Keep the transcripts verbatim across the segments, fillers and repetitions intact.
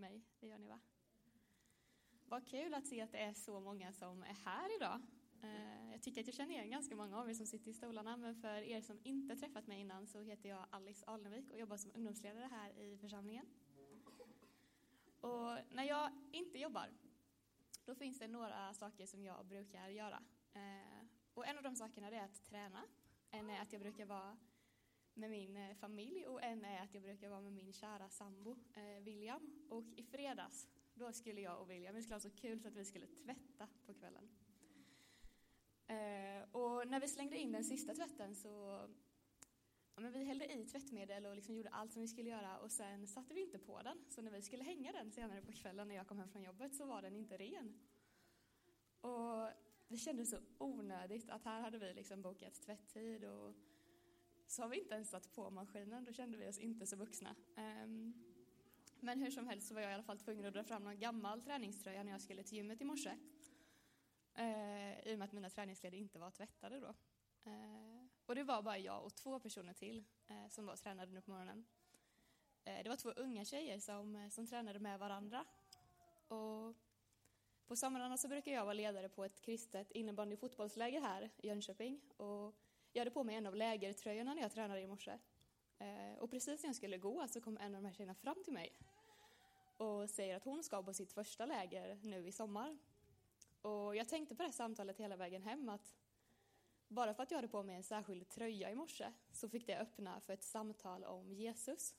mig. Det gör ni, va? Vad kul att se att det är så många som är här idag. Jag tycker att jag känner igen ganska många av er som sitter i stolarna. Men för er som inte träffat mig innan så heter jag Alice Alnevik och jobbar som ungdomsledare här i församlingen. Och när jag inte jobbar, då finns det några saker som jag brukar göra. Och en av de sakerna är att träna. En är att jag brukar vara med min familj och en är att jag brukar vara med min kära sambo William. Och i fredags, då skulle jag och William, vi skulle ha så kul så att vi skulle tvätta på kvällen. Och när vi slängde in den sista tvätten så ja, men vi hällde i tvättmedel och liksom gjorde allt som vi skulle göra. Och sen satte vi inte på den. Så när vi skulle hänga den senare på kvällen när jag kom hem från jobbet så var den inte ren. Och det kändes så onödigt att här hade vi liksom bokat tvätttid och så har vi inte ens satt på maskinen. Då kände vi oss inte så vuxna. Um, men hur som helst så var jag i alla fall tvungen att dra fram någon gammal träningströja när jag skulle till gymmet i morse. Uh, I och med att mina träningskläder inte var tvättade då. Uh, och det var bara jag och två personer till uh, som var tränade nu på morgonen. Uh, det var två unga tjejer som, som tränade med varandra. Och på somrarna så brukar jag vara ledare på ett kristet innebandy- och fotbollsläger här i Jönköping. Och jag hade på mig en av lägertröjorna när jag tränade i morse. Uh, och precis när jag skulle gå så kom en av de här tjejerna fram till mig. Och säger att hon ska på sitt första läger nu i sommar. Och jag tänkte på det här samtalet hela vägen hem att bara för att jag hade på mig en särskild tröja i morse så fick det öppna för ett samtal om Jesus.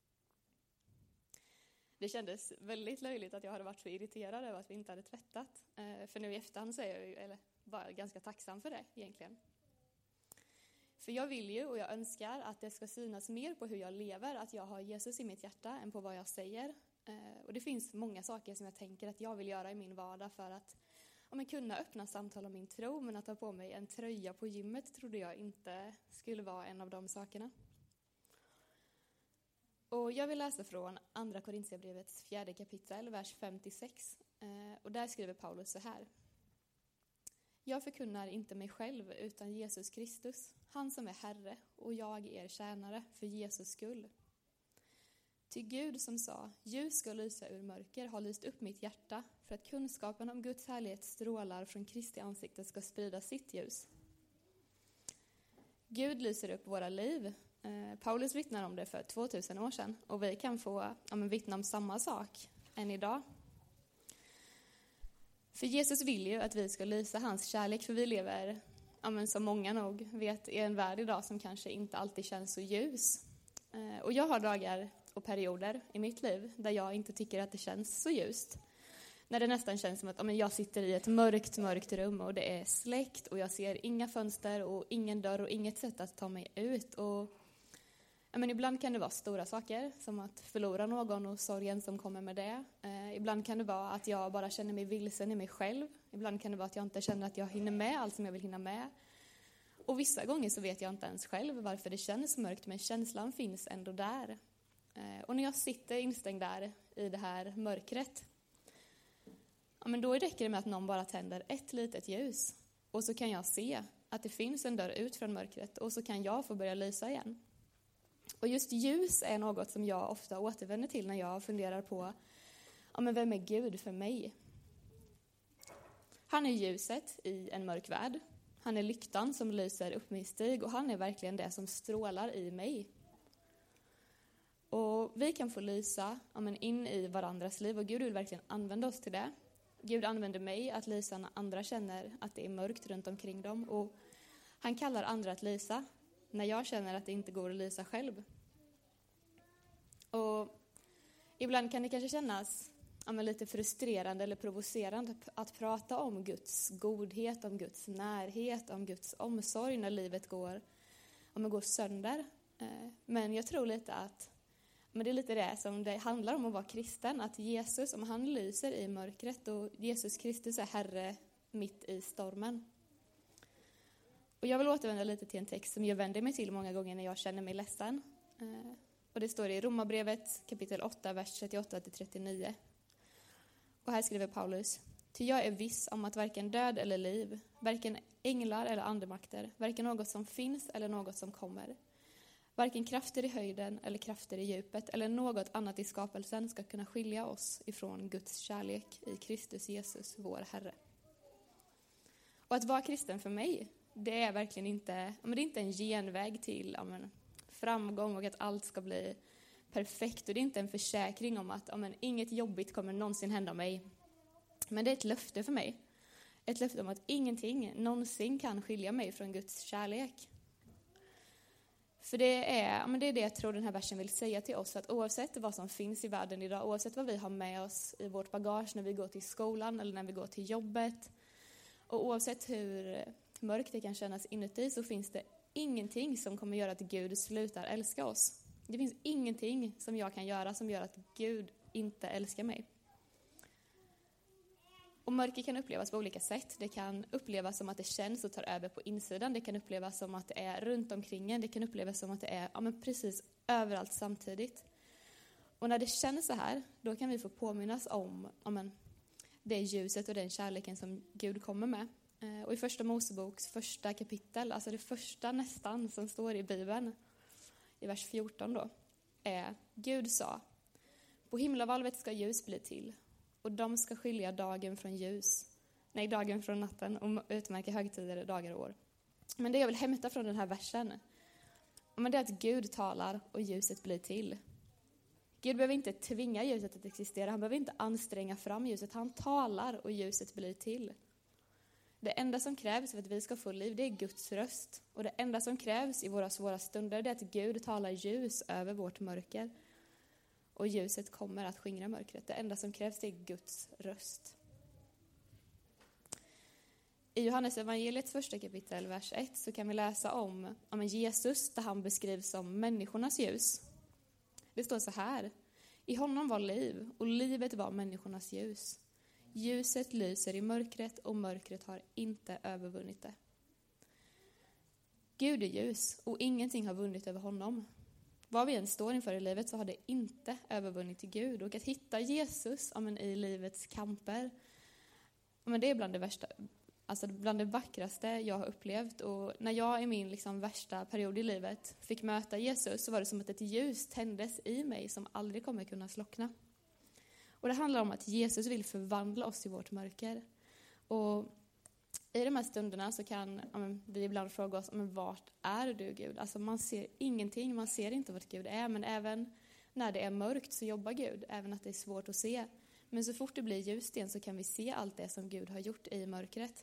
Det kändes väldigt löjligt att jag hade varit så irriterad över att vi inte hade tvättat. För nu i efterhand så är jag ju, eller bara ganska tacksam för det egentligen. För jag vill ju och jag önskar att det ska synas mer på hur jag lever, att jag har Jesus i mitt hjärta än på vad jag säger. Och det finns många saker som jag tänker att jag vill göra i min vardag för att om jag kunna öppna samtal om min tro, men att ta på mig en tröja på gymmet trodde jag inte skulle vara en av de sakerna. Och jag vill läsa från andra Korintierbrevets fjärde kapitel, vers fem till sex. Och där skriver Paulus så här. Jag förkunnar inte mig själv utan Jesus Kristus, han som är Herre, och jag är tjänare för Jesus skull. Till Gud som sa, ljus ska lysa ur mörker, har lyst upp mitt hjärta för att kunskapen om Guds härlighet strålar från Kristi ansikte ska sprida sitt ljus. Gud lyser upp våra liv. Eh, Paulus vittnar om det för tvåtusen år sedan och vi kan få ja, men vittna om samma sak än idag. För Jesus vill ju att vi ska lysa hans kärlek, för vi lever, ja, men som många nog vet, i en värld idag som kanske inte alltid känns så ljus. Eh, och jag har dagar och perioder i mitt liv där jag inte tycker att det känns så ljust. När det nästan känns som att ja, men jag sitter i ett mörkt, mörkt rum och det är släckt och jag ser inga fönster och ingen dörr och inget sätt att ta mig ut. Och, ja, men ibland kan det vara stora saker som att förlora någon och sorgen som kommer med det. Eh, ibland kan det vara att jag bara känner mig vilsen i mig själv. Ibland kan det vara att jag inte känner att jag hinner med allt som jag vill hinna med. Och vissa gånger så vet jag inte ens själv varför det känns mörkt, men känslan finns ändå där. Och när jag sitter instängd där i det här mörkret, ja, men då räcker det med att någon bara tänder ett litet ljus. Och så kan jag se att det finns en dörr ut från mörkret och så kan jag få börja lysa igen. Och just ljus är något som jag ofta återvänder till när jag funderar på ja, men vem är Gud för mig? Han är ljuset i en mörk värld. Han är lyktan som lyser upp min stig och han är verkligen det som strålar i mig. Och vi kan få lysa ja, men in i varandras liv och Gud vill verkligen använda oss till det. Gud använder mig att lysa när andra känner att det är mörkt runt omkring dem. Och han kallar andra att lysa när jag känner att det inte går att lysa själv. Och ibland kan det kanske kännas ja, men lite frustrerande eller provocerande att prata om Guds godhet, om Guds närhet, om Guds omsorg när livet går, ja, men går sönder. Men jag tror lite att Men det är lite det som det handlar om att vara kristen. Att Jesus, om han lyser i mörkret och Jesus Kristus är Herre mitt i stormen. Och jag vill återvända lite till en text som jag vänder mig till många gånger när jag känner mig ledsen. Och det står i Romarbrevet kapitel åtta, vers trettioåtta till trettionio. Och här skriver Paulus. Ty jag är viss om att varken död eller liv, varken änglar eller andemakter, varken något som finns eller något som kommer, Varken krafter i höjden eller krafter i djupet eller något annat i skapelsen ska kunna skilja oss ifrån Guds kärlek i Kristus Jesus, vår Herre. Och att vara kristen för mig, det är verkligen inte, men det är inte en genväg till men, framgång och att allt ska bli perfekt. Och det är inte en försäkring om att men, inget jobbigt kommer någonsin hända mig. Men det är ett löfte för mig. Ett löfte om att ingenting någonsin kan skilja mig från Guds kärlek. För det är, men det är det jag tror den här versen vill säga till oss. Att oavsett vad som finns i världen idag, oavsett vad vi har med oss i vårt bagage när vi går till skolan eller när vi går till jobbet. Och oavsett hur mörkt det kan kännas inuti så finns det ingenting som kommer göra att Gud slutar älska oss. Det finns ingenting som jag kan göra som gör att Gud inte älskar mig. Och mörker kan upplevas på olika sätt. Det kan upplevas som att det känns och tar över på insidan. Det kan upplevas som att det är runt omkring en. Det kan upplevas som att det är ja, men precis överallt samtidigt. Och när det känns så här, då kan vi få påminnas om, om en, det ljuset och den kärleken som Gud kommer med. Och i första Moseboks första kapitel, alltså det första nästan som står i Bibeln, i vers fjorton då, är Gud sa: på himlavalvet ska ljus bli till. Och de ska skilja dagen från ljus. Nej, dagen från natten och utmärka högtider, dagar och år. Men det jag vill hämta från den här versen, men det är att Gud talar och ljuset blir till. Gud behöver inte tvinga ljuset att existera. Han behöver inte anstränga fram ljuset. Han talar och ljuset blir till. Det enda som krävs för att vi ska få liv, det är Guds röst. Och det enda som krävs i våra svåra stunder, det är att Gud talar ljus över vårt mörker. Och ljuset kommer att skingra mörkret. Det enda som krävs, det är Guds röst. I Johannes evangeliets första kapitel, vers ett, så kan vi läsa om, om Jesus, där han beskrivs som människornas ljus. Det står så här: i honom var liv, och livet var människornas ljus. Ljuset lyser i mörkret, och mörkret har inte övervunnit det. Gud är ljus, och ingenting har vunnit över honom. Vad vi än står inför i livet så har det inte övervunnit till Gud. Och att hitta Jesus men, i livets kamper, men det är bland det, värsta, alltså bland det vackraste jag har upplevt. Och när jag i min liksom, värsta period i livet fick möta Jesus, så var det som att ett ljus tändes i mig som aldrig kommer kunna slockna. Och det handlar om att Jesus vill förvandla oss i vårt mörker. Och i de här stunderna så kan ja, men, vi ibland fråga oss, men vart är du Gud? Alltså man ser ingenting, man ser inte vart Gud är. Men även när det är mörkt så jobbar Gud, även att det är svårt att se. Men så fort det blir ljust igen så kan vi se allt det som Gud har gjort i mörkret.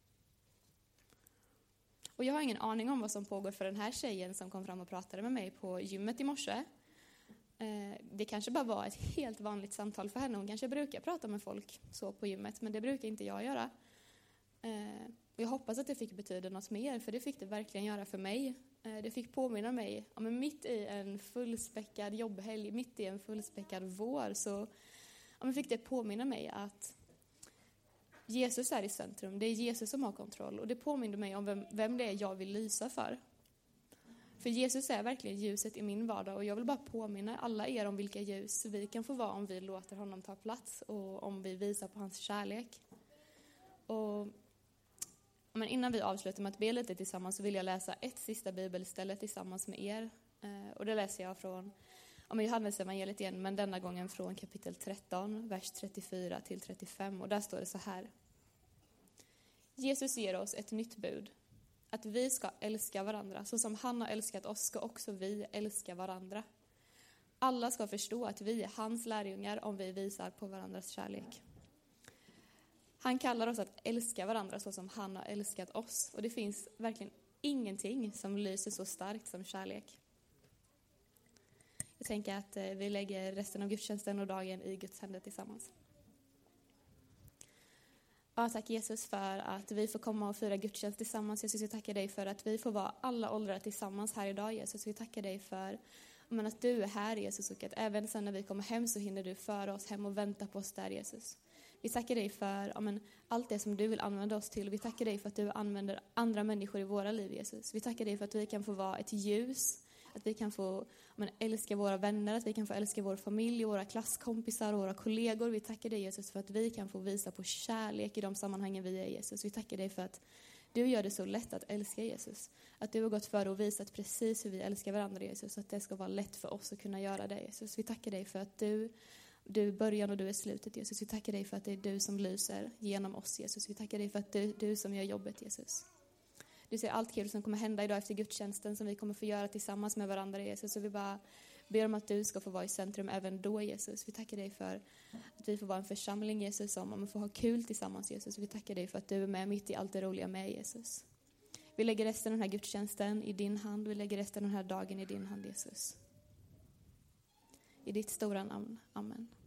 Och jag har ingen aning om vad som pågår för den här tjejen som kom fram och pratade med mig på gymmet i morse. Det kanske bara var ett helt vanligt samtal för henne. Hon kanske brukar prata med folk så på gymmet, men det brukar inte jag göra. Jag hoppas att det fick betyda något mer, för det fick det verkligen göra för mig. Det fick påminna mig, ja, men mitt i en fullspäckad jobbhelg, mitt i en fullspäckad vår, så ja, men fick det påminna mig att Jesus är i centrum. Det är Jesus som har kontroll, och det påminner mig om vem, vem det är jag vill lysa för. För Jesus är verkligen ljuset i min vardag, och jag vill bara påminna alla er om vilka ljus vi kan få vara om vi låter honom ta plats och om vi visar på hans kärlek. Och men innan vi avslutar med att be lite tillsammans så vill jag läsa ett sista bibelställe tillsammans med er. Och det läser jag från ja, Johannes evangeliet igen, men denna gången från kapitel tretton, vers trettiofyra till trettiofem. Och där står det så här: Jesus ger oss ett nytt bud. Att vi ska älska varandra. Så som han har älskat oss ska också vi älska varandra. Alla ska förstå att vi är hans lärjungar om vi visar på varandras kärlek. Han kallar oss att älska varandra så som han har älskat oss. Och det finns verkligen ingenting som lyser så starkt som kärlek. Jag tänker att vi lägger resten av gudstjänsten och dagen i Guds händer tillsammans. Ja, tack Jesus för att vi får komma och fira gudstjänst tillsammans. Jesus, vi tackar dig för att vi får vara alla åldrar tillsammans här idag. Jesus, vi tackar dig för men, att du är här Jesus, och att även sen när vi kommer hem så hinner du föra oss hem och vänta på oss där Jesus. Vi tackar dig för ja, men, allt det som du vill använda oss till. Vi tackar dig för att du använder andra människor i våra liv Jesus. Vi tackar dig för att vi kan få vara ett ljus. Att vi kan få men, älska våra vänner, att vi kan få älska vår familj, våra klasskompisar och våra kollegor. Vi tackar dig Jesus för att vi kan få visa på kärlek i de sammanhangen vi är Jesus. Vi tackar dig för att Du gör det så lätt att älska Jesus. Att du har gått före och visat precis hur vi älskar varandra, Jesus. Att det ska vara lätt för oss att kunna göra det, Jesus. Vi tackar dig för att du, du är början och du är slutet, Jesus. Vi tackar dig för att det är du som lyser genom oss, Jesus. Vi tackar dig för att det är du som gör jobbet, Jesus. Du ser allt kul som kommer hända idag efter gudstjänsten som vi kommer få göra tillsammans med varandra, Jesus. Så vi bara ber om att du ska få vara i centrum även då, Jesus. Vi tackar dig för att vi får vara en församling, Jesus, som om vi får ha kul tillsammans, Jesus. Vi tackar dig för att du är med mitt i allt det roliga med, Jesus. Vi lägger resten av den här gudstjänsten i din hand. Vi lägger resten av den här dagen i din hand, Jesus. I ditt stora namn. Amen.